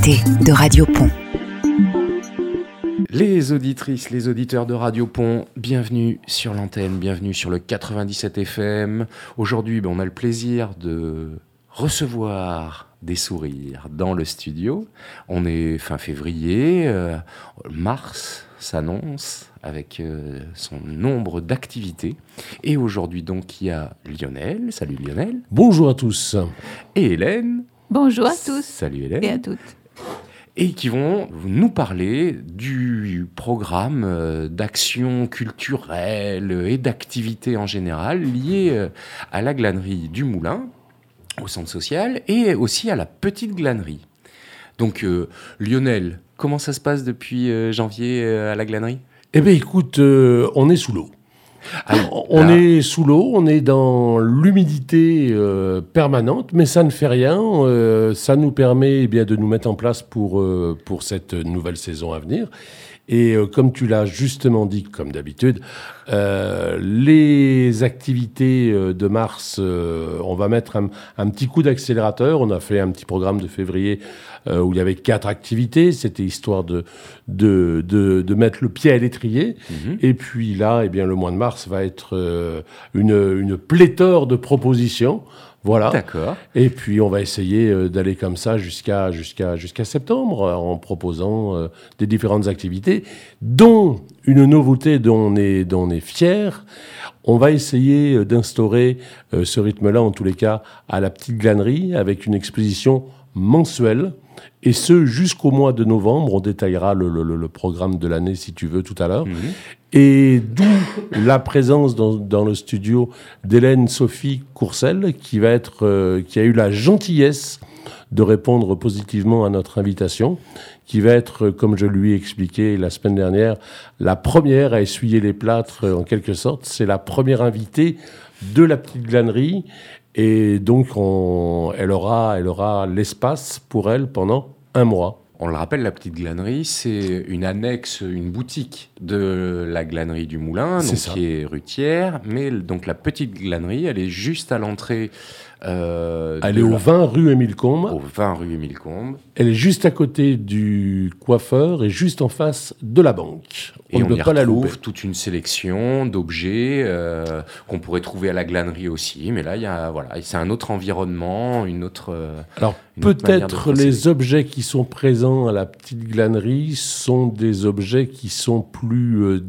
l'été de Radio Pont. Les auditrices, les auditeurs de Radio Pont, bienvenue sur l'antenne, bienvenue sur le 97 FM. Aujourd'hui, on a le plaisir de recevoir des sourires dans le studio. On est fin février, mars s'annonce avec son nombre d'activités. Et aujourd'hui, donc, il y a Lionel. Salut Lionel. Bonjour à tous. Et Hélène. Bonjour à tous. Salut Hélène. Et à toutes. Et qui vont nous parler du programme d'action culturelle et d'activités en général liées à la glanerie du Moulin, au centre social, et aussi à la petite glanerie. Donc, Lionel, comment ça se passe depuis janvier à la glanerie ? Eh bien, écoute, on est sous l'eau. On est sous l'eau, on est dans l'humidité permanente, mais ça ne fait rien. Ça nous permet bien de nous mettre en place pour cette nouvelle saison à venir. Et comme tu l'as justement dit, comme d'habitude, les activités de mars, on va mettre un petit coup d'accélérateur. On a fait un petit programme de février où il y avait 4 activités. C'était histoire de mettre le pied à l'étrier. Mmh. Et puis là, eh bien, le mois de mars va être une pléthore de propositions. Voilà. D'accord. Et puis, on va essayer d'aller comme ça jusqu'à septembre en proposant des différentes activités, dont une nouveauté dont on est fier. On va essayer d'instaurer ce rythme-là, en tous les cas, à la petite glanerie, avec une exposition mensuelle. Et ce, jusqu'au mois de novembre. On détaillera le programme de l'année, si tu veux, tout à l'heure. Mmh. Et d'où la présence dans le studio d'Hélène Sophie Courcel, qui a eu la gentillesse de répondre positivement à notre invitation, qui va être, comme je lui ai expliqué la semaine dernière, la première à essuyer les plâtres, en quelque sorte. C'est la première invitée de la petite glanerie. Et donc, elle aura l'espace pour elle pendant un mois. On le rappelle, la petite glanerie, c'est une annexe, une boutique de la glanerie du Moulin, donc, qui est rue Thiers. Mais donc, la petite glanerie, elle est juste à l'entrée. Elle est au 20 rue Émile Combes. Au 20 rue Émile Combes. Elle est juste à côté du coiffeur et juste en face de la banque. On ne peut pas la louper. Toute une sélection d'objets qu'on pourrait trouver à la glanerie aussi. Mais là, c'est un autre environnement, une autre. Alors peut-être les objets qui sont présents à la petite glanerie sont des objets qui sont plus,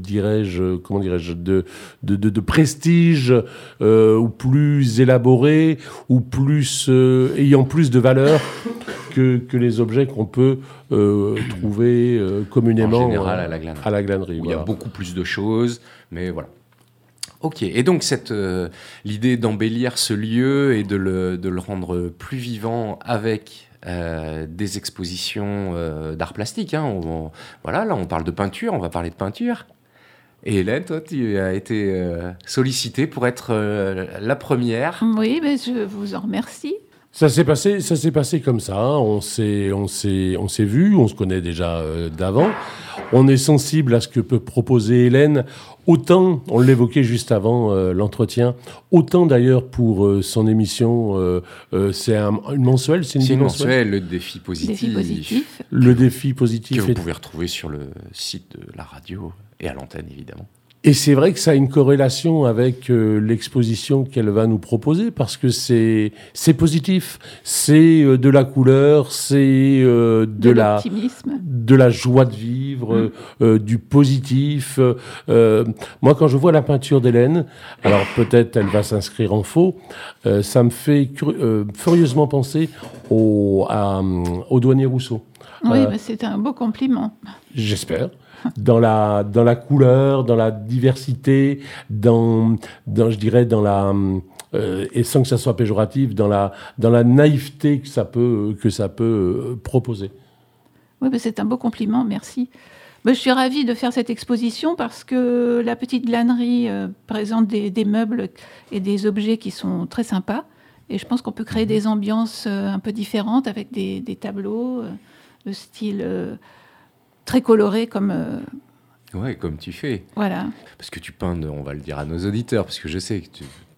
de prestige ou plus élaborés ou plus ayant plus de valeur que les objets qu'on peut trouver communément en général à la glanerie. Où il y a beaucoup plus de choses, mais voilà. Ok, et donc l'idée d'embellir ce lieu et de le rendre plus vivant avec des expositions d'art plastique. Hein. Là, on parle de peinture, on va parler de peinture. Et Hélène, toi, tu as été sollicitée pour être la première. Oui, mais je vous en remercie. Ça s'est passé comme ça. On s'est vu, on se connaît déjà d'avant. On est sensible à ce que peut proposer Hélène. Autant, on l'évoquait juste avant l'entretien, autant d'ailleurs pour son émission, c'est une mensuelle, c'est une mensuelle, le défi positif. Le défi positif. Que vous pouvez retrouver sur le site de la radio et à l'antenne, évidemment. Et c'est vrai que ça a une corrélation avec l'exposition qu'elle va nous proposer, parce que c'est positif, c'est de la couleur, c'est de la joie de vivre, du positif. Moi, quand je vois la peinture d'Hélène, alors peut-être elle va s'inscrire en faux, ça me fait furieusement penser au douanier Rousseau. Oui, mais c'est un beau compliment. J'espère. Dans la couleur, dans la diversité, je dirais dans la et sans que ça soit péjoratif, dans la naïveté que ça peut proposer. Oui, mais c'est un beau compliment, merci. Je suis ravie de faire cette exposition parce que la petite glanerie présente des meubles et des objets qui sont très sympas. Et je pense qu'on peut créer des ambiances un peu différentes avec des tableaux de style très coloré comme... Ouais, comme tu fais. Voilà. Parce que tu peins, on va le dire à nos auditeurs, parce que je sais que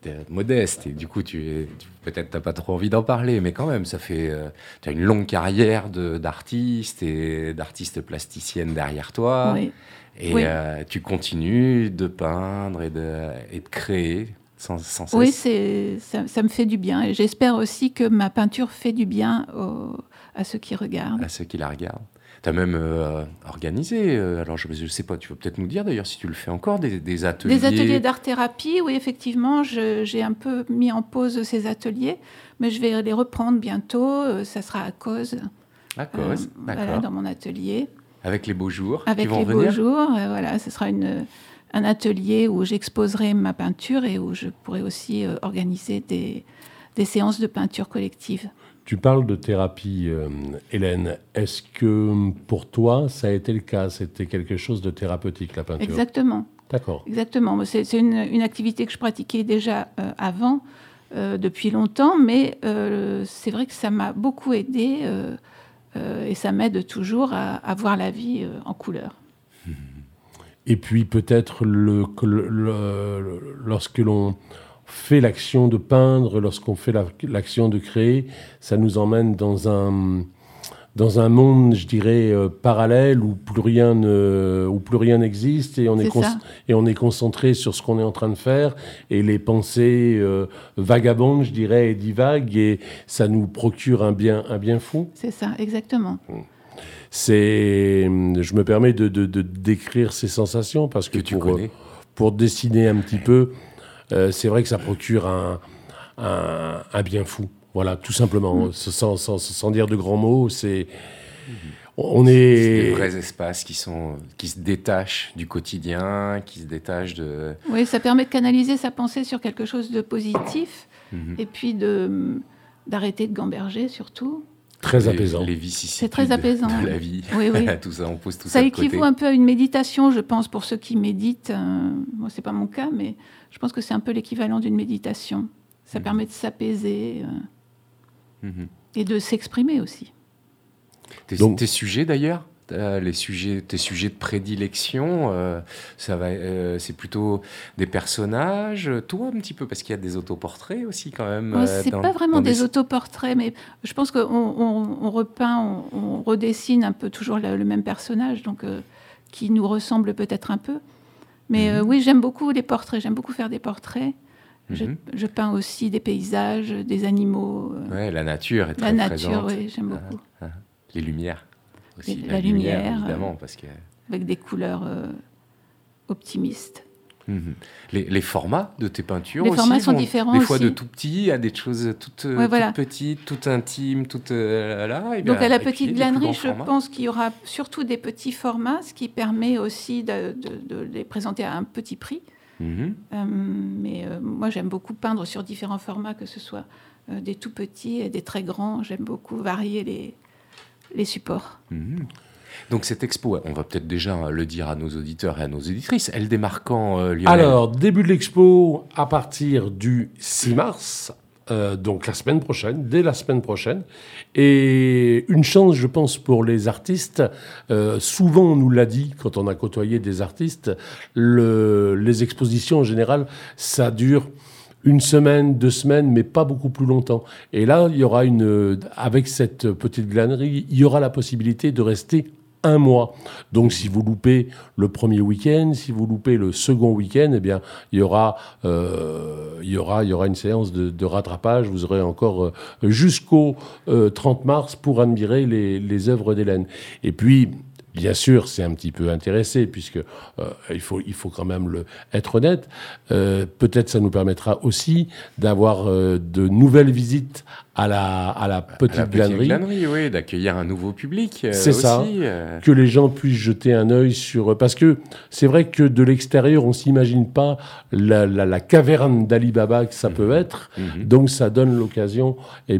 t'es modeste et du coup, peut-être t'as pas trop envie d'en parler, mais quand même, ça fait... tu as une longue carrière d'artiste et d'artiste plasticienne derrière toi. Oui. Et Oui. Tu continues de peindre et de créer sans cesse. Oui, ça me fait du bien. Et j'espère aussi que ma peinture fait du bien à ceux qui regardent. À ceux qui la regardent. Tu as même organisé, alors je ne sais pas, tu peux peut-être nous dire d'ailleurs si tu le fais encore, des ateliers. Des ateliers d'art-thérapie, oui, effectivement. J'ai un peu mis en pause ces ateliers, mais je vais les reprendre bientôt. Ça sera à Causes. À Causes, d'accord. Voilà, dans mon atelier. Avec les beaux jours Avec qui vont les venir. beaux jours, voilà, ce sera un atelier où j'exposerai ma peinture et où je pourrai aussi organiser des séances de peinture collective. Tu parles de thérapie, Hélène. Est-ce que pour toi, ça a été le cas? C'était quelque chose de thérapeutique, la peinture? Exactement. D'accord. Exactement. C'est une activité que je pratiquais déjà avant, depuis longtemps, mais c'est vrai que ça m'a beaucoup aidée et ça m'aide toujours à voir la vie en couleur. Et puis peut-être lorsque l'on fait l'action de peindre, lorsqu'on fait l'action de créer, ça nous emmène dans un monde, je dirais, parallèle où plus rien n'existe et on est concentré sur ce qu'on est en train de faire et les pensées vagabondes, je dirais, et divaguent et ça nous procure un bien fou. C'est ça, exactement. Je me permets de décrire ces sensations parce que pour dessiner un petit peu, c'est vrai que ça procure un bien fou. Voilà, tout simplement, sans dire de grands mots, c'est des vrais espaces qui se détachent du quotidien, qui se détachent de... Oui, ça permet de canaliser sa pensée sur quelque chose de positif et puis d'arrêter de gamberger surtout. Très apaisant. Les vicissitudes c'est très apaisant, de la vie. Oui. Tout ça, on pose tout ça Ça de côté. équivaut un peu à une méditation, je pense, pour ceux qui méditent. Moi, c'est pas mon cas, mais je pense que c'est un peu l'équivalent d'une méditation. Ça permet de s'apaiser et de s'exprimer aussi. Tes sujets, d'ailleurs, tes sujets de prédilection, c'est plutôt des personnages, toi un petit peu, parce qu'il y a des autoportraits aussi quand même. C'est pas vraiment des autoportraits, mais je pense qu'on repeint, on redessine un peu toujours le même personnage, donc qui nous ressemble peut-être un peu. Mais oui, j'aime beaucoup les portraits, j'aime beaucoup faire des portraits. Je peins aussi des paysages, des animaux. Ouais, la nature est très présente. La nature, oui, j'aime beaucoup. Les lumières. Aussi, la lumière, évidemment, parce que... avec des couleurs optimistes. Les formats de tes peintures les aussi formats sont différents des fois aussi. de tout petit à des choses toutes petites, toutes intimes, toutes là. Et donc bien, à la petite glanerie, je formats. pense qu'il y aura surtout des petits formats, ce qui permet aussi de les présenter à un petit prix. Mais moi, j'aime beaucoup peindre sur différents formats, que ce soit des tout petits et des très grands. J'aime beaucoup varier les supports. Donc cette expo, on va peut-être déjà le dire à nos auditeurs et à nos auditrices, elle démarre quand, Lionel ? Alors, début de l'expo à partir du 6 mars, donc la semaine prochaine, dès la semaine prochaine. Et une chance, je pense, pour les artistes, souvent on nous l'a dit quand on a côtoyé des artistes, les expositions en général, ça dure... 1 semaine, 2 semaines, mais pas beaucoup plus longtemps. Et là, il y aura avec cette petite glanerie, il y aura la possibilité de rester 1 mois. Donc, si vous loupez le premier week-end, si vous loupez le second week-end, eh bien, il y aura une séance de rattrapage. Vous aurez encore jusqu'au 30 mars pour admirer les œuvres d'Hélène. Et puis, bien sûr, c'est un petit peu intéressé, puisque il faut quand même être honnête. Peut-être ça nous permettra aussi d'avoir de nouvelles visites à la petite glanerie. Oui, d'accueillir un nouveau public. C'est aussi, ça, que les gens puissent jeter un œil sur... Parce que c'est vrai que de l'extérieur, on ne s'imagine pas la caverne d'Ali Baba que ça peut être. Donc ça donne l'occasion,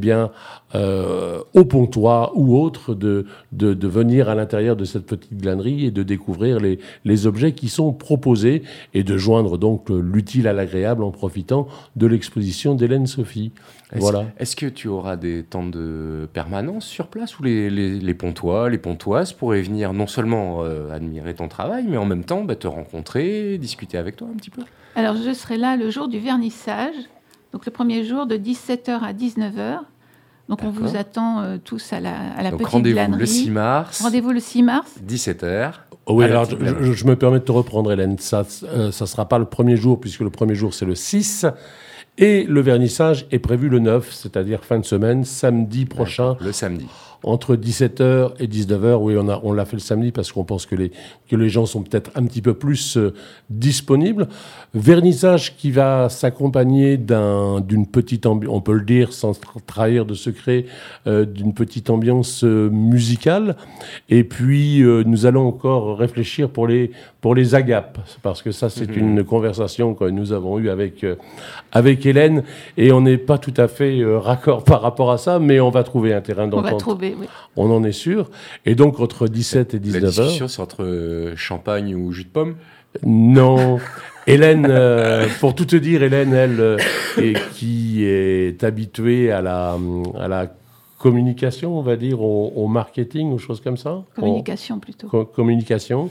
au Pontois ou autre, de venir à l'intérieur de cette petite glanerie et de découvrir les objets qui sont proposés et de joindre donc l'utile à l'agréable en profitant de l'exposition d'Hélène Sophie. Voilà. Est-ce que tu auras des temps de permanence sur place où les Pontois, les Pontoises pourraient venir non seulement admirer ton travail, mais en même temps te rencontrer, discuter avec toi un petit peu. Alors, je serai là le jour du vernissage, donc le premier jour de 17h à 19h. Donc, on vous attend tous à la donc, petite glanerie. Le 6 mars. Rendez-vous le 6 mars. 17h. Oui, alors je me permets de te reprendre, Hélène. Ça ne sera pas le premier jour, puisque le premier jour, c'est le 6. Et le vernissage est prévu le 9, c'est-à-dire fin de semaine, samedi prochain. Le samedi. Entre 17h et 19h, oui, on l'a fait le samedi parce qu'on pense que les gens sont peut-être un petit peu plus disponibles. Vernissage qui va s'accompagner d'une petite ambiance, on peut le dire sans trahir de secret, d'une petite ambiance musicale. Et puis, nous allons encore réfléchir pour les agapes, parce que ça, c'est une conversation que nous avons eue avec Hélène, et on n'est pas tout à fait raccord par rapport à ça, mais on va trouver un terrain d'entente. On va trouver, oui. On en est sûr. Et donc, entre 17 et 19h... La discussion, c'est entre champagne ou jus de pomme ? Non. Hélène, pour tout te dire, Hélène, elle, qui est habituée à la communication, on va dire, au marketing, aux choses comme ça. Communication, plutôt. Communication.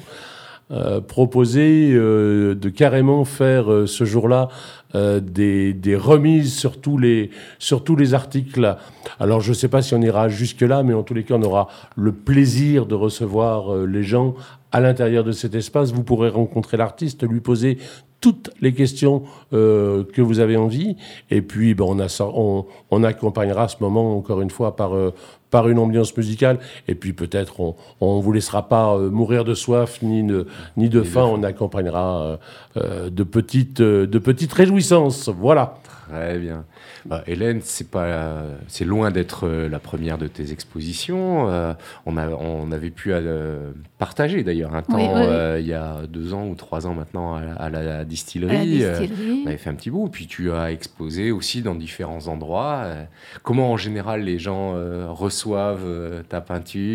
Proposer de carrément faire ce jour-là des remises sur tous les articles. Alors, je ne sais pas si on ira jusque-là, mais en tous les cas, on aura le plaisir de recevoir les gens à l'intérieur de cet espace. Vous pourrez rencontrer l'artiste, lui poser toutes les questions que vous avez envie. Et puis, on accompagnera ce moment, encore une fois, par une ambiance musicale. Et puis, peut-être, on ne vous laissera pas mourir de soif ni de faim. On accompagnera de petites réjouissances. Voilà. Très bien. Hélène, c'est loin d'être la première de tes expositions. On avait pu partager d'ailleurs un temps, il y a 2 ans ou 3 ans maintenant, à la distillerie. On avait fait un petit bout. Puis tu as exposé aussi dans différents endroits. Comment en général les gens reçoivent ta peinture ?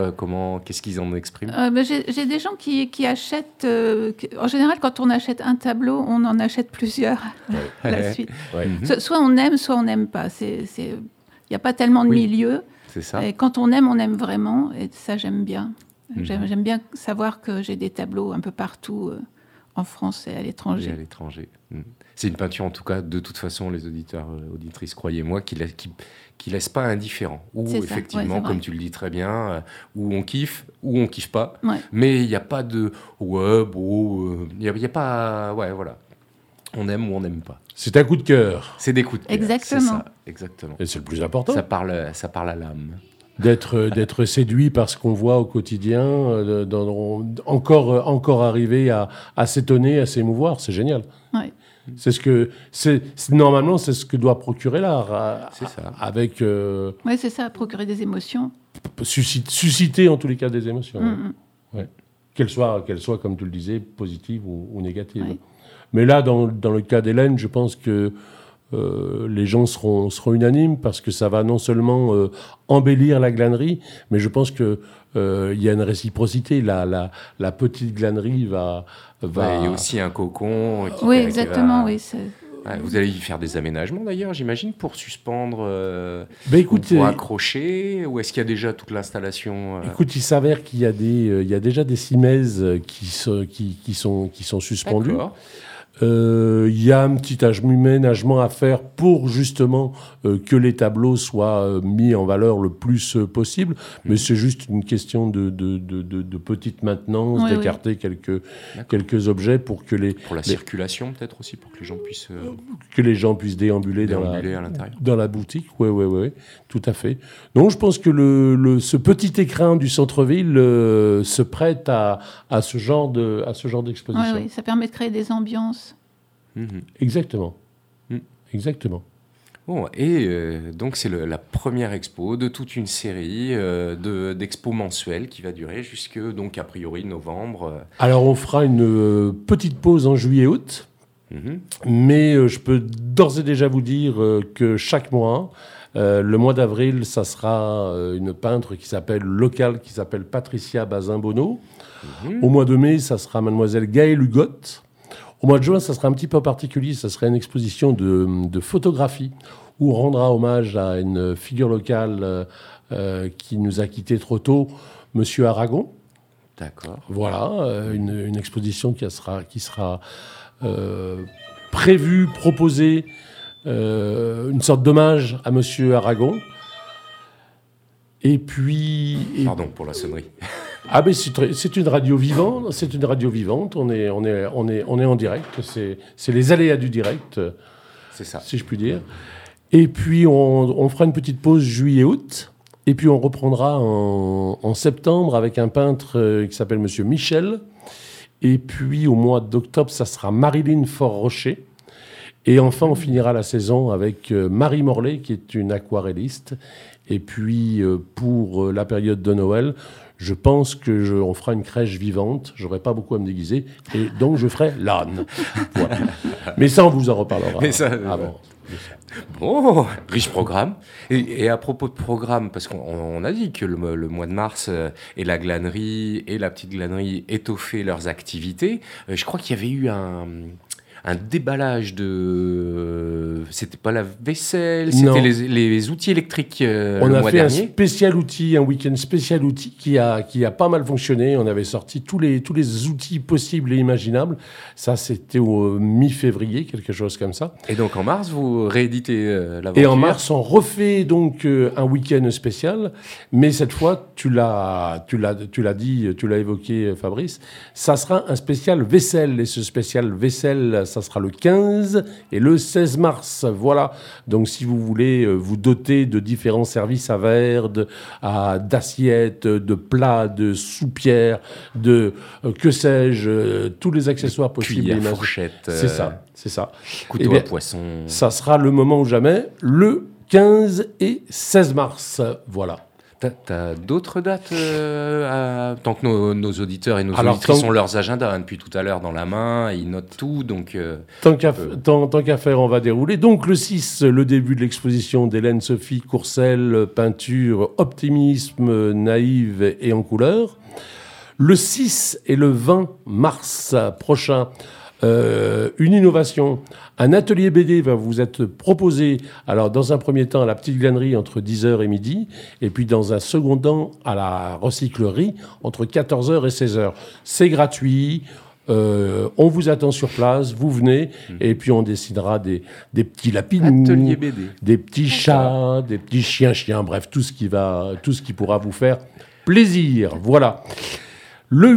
Qu'est-ce qu'ils en expriment ? J'ai des gens qui achètent. En général, quand on achète un tableau, on en achète plusieurs à la suite. Ouais. Soit on aime, soit on n'aime pas. Il n'y a pas tellement de milieu. C'est ça. Et quand on aime vraiment. Et ça, j'aime bien. J'aime bien savoir que j'ai des tableaux un peu partout en France et à l'étranger. C'est une peinture, en tout cas, de toute façon, les auditeurs, auditrices, croyez-moi, qui laisse pas indifférent. Ou effectivement, comme tu le dis très bien, où on kiffe, ou on kiffe pas. Ouais. Mais il n'y a pas de il n'y a pas. Ouais, voilà. On aime ou on n'aime pas. C'est un coup de cœur. C'est des coups de cœur. Exactement. C'est ça, exactement. Et c'est le plus important. Ça parle à l'âme. D'être séduit par ce qu'on voit au quotidien, encore arriver à s'étonner, à s'émouvoir, c'est génial. Ouais. Normalement, c'est ce que doit procurer l'art. C'est ça. Avec. Oui, c'est ça, procurer des émotions. Susciter en tous les cas des émotions. Ouais. Qu'elles soient, comme tu le disais, positives ou négatives. Ouais. Mais là, dans le cas d'Hélène, je pense que les gens seront unanimes parce que ça va non seulement embellir la glanerie, mais je pense qu'il y a une réciprocité. La petite glanerie va... Il y a aussi un cocon. Oui, exactement. Oui, vous allez y faire des aménagements d'ailleurs, j'imagine, pour suspendre, écoute, pour accrocher, ou est-ce qu'il y a déjà toute l'installation Écoute, il s'avère qu'il y a déjà des cimaises qui sont suspendues. D'accord. Il y a un petit aménagement à faire pour justement que les tableaux soient mis en valeur le plus possible. Mais c'est juste une question de petite maintenance, d'écarter quelques objets pour que Pour la circulation peut-être aussi, pour que les gens puissent... Que les gens puissent déambuler dans la boutique. Oui, tout à fait. Donc je pense que ce petit écrin du centre-ville se prête à ce genre d'exposition. Oui, ça permet de créer des ambiances. Exactement. Exactement. Bon, et donc c'est la première expo de toute une série d'expos mensuelles qui va durer jusque, donc a priori, novembre. Alors on fera une petite pause en juillet-août, mais je peux d'ores et déjà vous dire que chaque mois, le mois d'avril, ça sera une peintre qui s'appelle Patricia Bazin-Bonneau. Au mois de mai, ça sera mademoiselle Gaëlle Hugot. Au mois de juin, ça sera un petit peu particulier, ça sera une exposition de photographie où on rendra hommage à une figure locale qui nous a quittés trop tôt, Monsieur Aragon. D'accord. Voilà, une exposition qui sera prévue, proposée, une sorte d'hommage à Monsieur Aragon. Et puis... Pardon pour la sonnerie. Ah ben c'est une radio vivante, on est en direct, c'est les aléas du direct, c'est ça, si je puis dire. Et puis on fera une petite pause juillet-août, et puis on reprendra en septembre avec un peintre qui s'appelle Monsieur Michel. Et puis au mois d'octobre, ça sera Marilyn Fort-Rocher. Et enfin, on finira la saison avec Marie Morlaix, qui est une aquarelliste. Et puis pour la période de Noël, je pense qu'on fera une crèche vivante. J'aurai pas beaucoup à me déguiser, et donc je ferai l'âne. Voilà. Mais ça, on vous en reparlera. Mais ça, avant. Bon, riche programme. Et à propos de programme, parce qu'on a dit que le mois de mars et la glanerie et la petite glanerie étoffaient leurs activités. Je crois qu'il y avait eu un déballage de... C'était pas la vaisselle, c'était les outils électriques on a fait un week-end spécial outil qui a pas mal fonctionné. On avait sorti tous les outils possibles et imaginables. Ça, c'était au mi-février, quelque chose comme ça. Et donc en mars, vous rééditez l'aventure. Et en mars, on refait donc un week-end spécial. Mais cette fois, tu l'as dit, tu l'as évoqué, Fabrice, ça sera un spécial vaisselle. Et ce spécial vaisselle, ça sera le 15 et le 16 mars. Voilà. Donc, si vous voulez vous doter de différents services à verre, d'assiettes, de plats, de soupières, de que sais-je, tous les accessoires possibles. Cuillère, fourchette. C'est ça. Couteau à poisson. Ça sera le moment ou jamais, le 15 et 16 mars. Voilà. T'as d'autres dates tant que nos auditeurs et nos auditrices ont leurs agendas depuis tout à l'heure dans la main, ils notent tout, donc... Tant qu'à faire, on va dérouler. Donc le 6, le début de l'exposition d'Hélène Sophie Courcelles, peinture Optimisme, naïve et en couleur. Le 6 et le 20 mars prochain, une innovation. Un atelier BD va vous être proposé, alors dans un premier temps à la petite glanerie entre 10h et midi, et puis dans un second temps à la recyclerie entre 14h et 16h. C'est gratuit, on vous attend sur place, vous venez, et puis on dessinera des petits lapinous, atelier BD. Des petits chats, des petits chiens, bref, tout ce qui pourra vous faire plaisir. Voilà. Le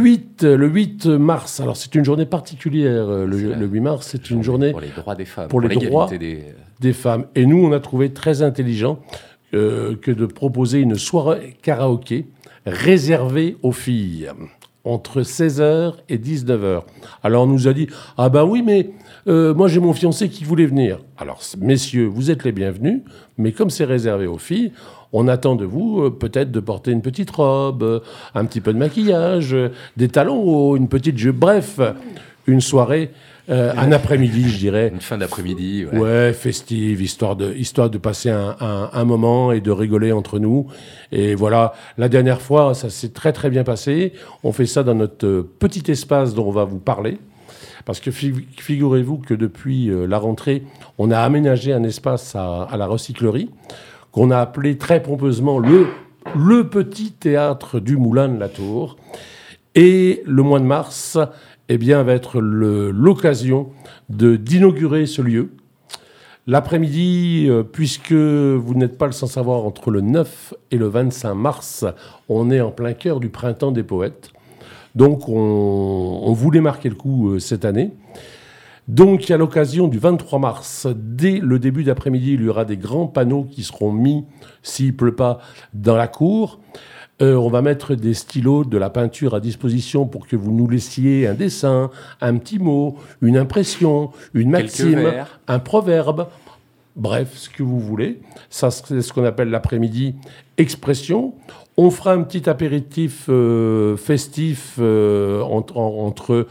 8 mars, alors c'est une journée particulière, le 8 mars, c'est une journée pour les droits des femmes, pour les droits des femmes. Et nous, on a trouvé très intelligent que de proposer une soirée karaoké réservée aux filles, entre 16h et 19h. Alors on nous a dit, ah ben oui, mais moi j'ai mon fiancé qui voulait venir. Alors messieurs, vous êtes les bienvenus, mais comme c'est réservé aux filles, on attend de vous peut-être de porter une petite robe, un petit peu de maquillage, des talons hauts, une petite jupe. Bref, une soirée, un après-midi, je dirais. Une fin d'après-midi. Ouais, festive, histoire de passer un moment et de rigoler entre nous. Et voilà, la dernière fois, ça s'est très très bien passé. On fait ça dans notre petit espace dont on va vous parler. Parce que figurez-vous que depuis la rentrée, on a aménagé un espace à la recyclerie, qu'on a appelé très pompeusement le petit théâtre du Moulin de la Tour. Et le mois de mars, eh bien, va être l'occasion d'inaugurer ce lieu. L'après-midi, puisque vous n'êtes pas sans savoir, entre le 9 et le 25 mars, on est en plein cœur du printemps des poètes. Donc, on voulait marquer le coup cette année. Donc, à l'occasion du 23 mars, dès le début d'après-midi, il y aura des grands panneaux qui seront mis, s'il ne pleut pas, dans la cour. On va mettre des stylos, de la peinture à disposition pour que vous nous laissiez un dessin, un petit mot, une impression, une maxime, un proverbe. Bref, ce que vous voulez. Ça, c'est ce qu'on appelle l'après-midi expression. On fera un petit apéritif festif entre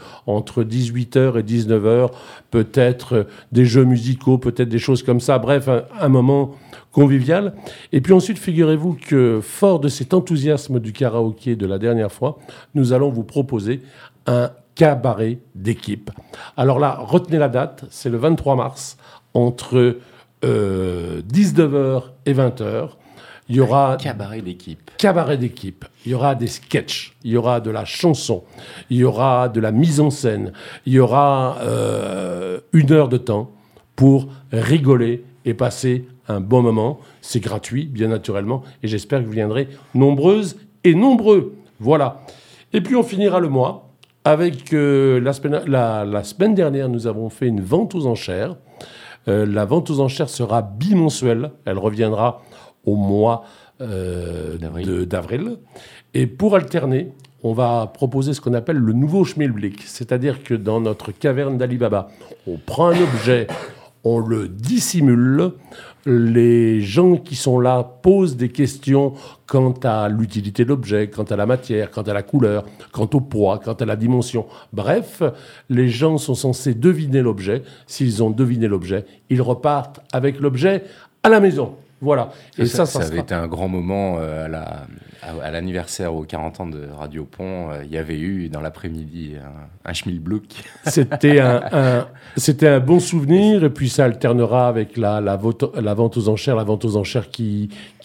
18h et 19h, peut-être des jeux musicaux, peut-être des choses comme ça. Bref, un moment convivial. Et puis ensuite, figurez-vous que, fort de cet enthousiasme du karaoké de la dernière fois, nous allons vous proposer un cabaret d'équipe. Alors là, retenez la date, c'est le 23 mars, entre 19h et 20h. Il y aura cabaret d'équipe. Cabaret d'équipe. Il y aura des sketchs. Il y aura de la chanson. Il y aura de la mise en scène. Il y aura 1 heure de temps pour rigoler et passer un bon moment. C'est gratuit, bien naturellement. Et j'espère que vous viendrez nombreuses et nombreux. Voilà. Et puis on finira le mois avec la semaine dernière, nous avons fait une vente aux enchères. La vente aux enchères sera bimensuelle. Elle reviendra au mois d'avril. Et pour alterner, on va proposer ce qu'on appelle le nouveau schmilblick. C'est-à-dire que dans notre caverne d'Ali Baba, on prend un objet, on le dissimule. Les gens qui sont là posent des questions quant à l'utilité de l'objet, quant à la matière, quant à la couleur, quant au poids, quant à la dimension. Bref, les gens sont censés deviner l'objet. S'ils ont deviné l'objet, ils repartent avec l'objet à la maison. Voilà. Et ça avait été un grand moment à l'anniversaire aux 40 ans de Radio Pont. Il y avait eu dans l'après-midi un schmilblick. C'était un bon souvenir. Et puis ça alternera avec la vente aux enchères. La vente aux enchères qui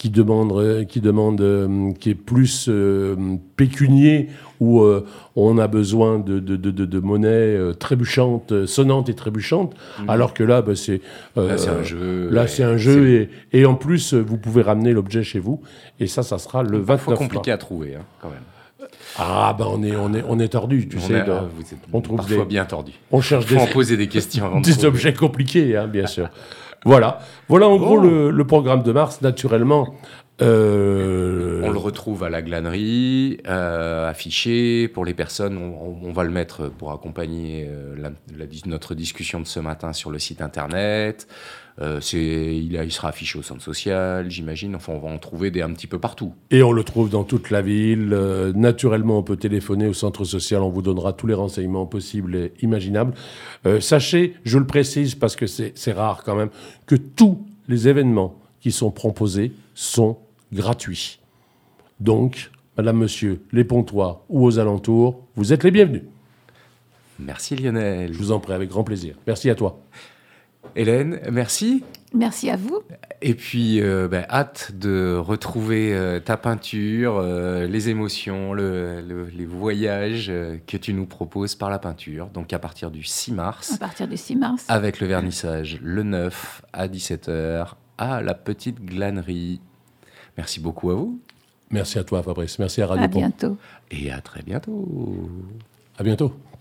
est plus pécunier, où on a besoin de monnaie trébuchante, sonnante et trébuchante. Alors que là, c'est un jeu. Là, c'est un jeu. Et en plus, vous pouvez ramener l'objet chez vous. Et ça sera le 29 mars. C'est compliqué à trouver, quand même. Ah, on est tordu, tu sais. Vous êtes on trouve parfois bien tordu. On cherche en poser des questions avant des objets compliqués, bien sûr. Voilà en gros le programme de mars, naturellement. On le retrouve à la glanerie, affiché pour les personnes. On va le mettre pour accompagner notre discussion de ce matin sur le site internet. Il sera affiché au centre social, j'imagine. Enfin, on va en trouver un petit peu partout. Et on le trouve dans toute la ville. Naturellement, on peut téléphoner au centre social. On vous donnera tous les renseignements possibles et imaginables. Sachez, je le précise parce que c'est rare quand même, que tous les événements qui sont proposés sont gratuits. Donc, madame, monsieur, les Pontois ou aux alentours, vous êtes les bienvenus. Merci Lionel. Je vous en prie, avec grand plaisir. Merci à toi. Hélène, merci. Merci à vous. Et puis, hâte de retrouver ta peinture, les émotions, les voyages que tu nous proposes par la peinture. Donc, à partir du 6 mars. À partir du 6 mars. Avec le vernissage le 9 à 17h à la Petite Glanerie. Merci beaucoup à vous. Merci à toi, Fabrice. Merci à Radio Pont. À bientôt. Et à très bientôt. À bientôt.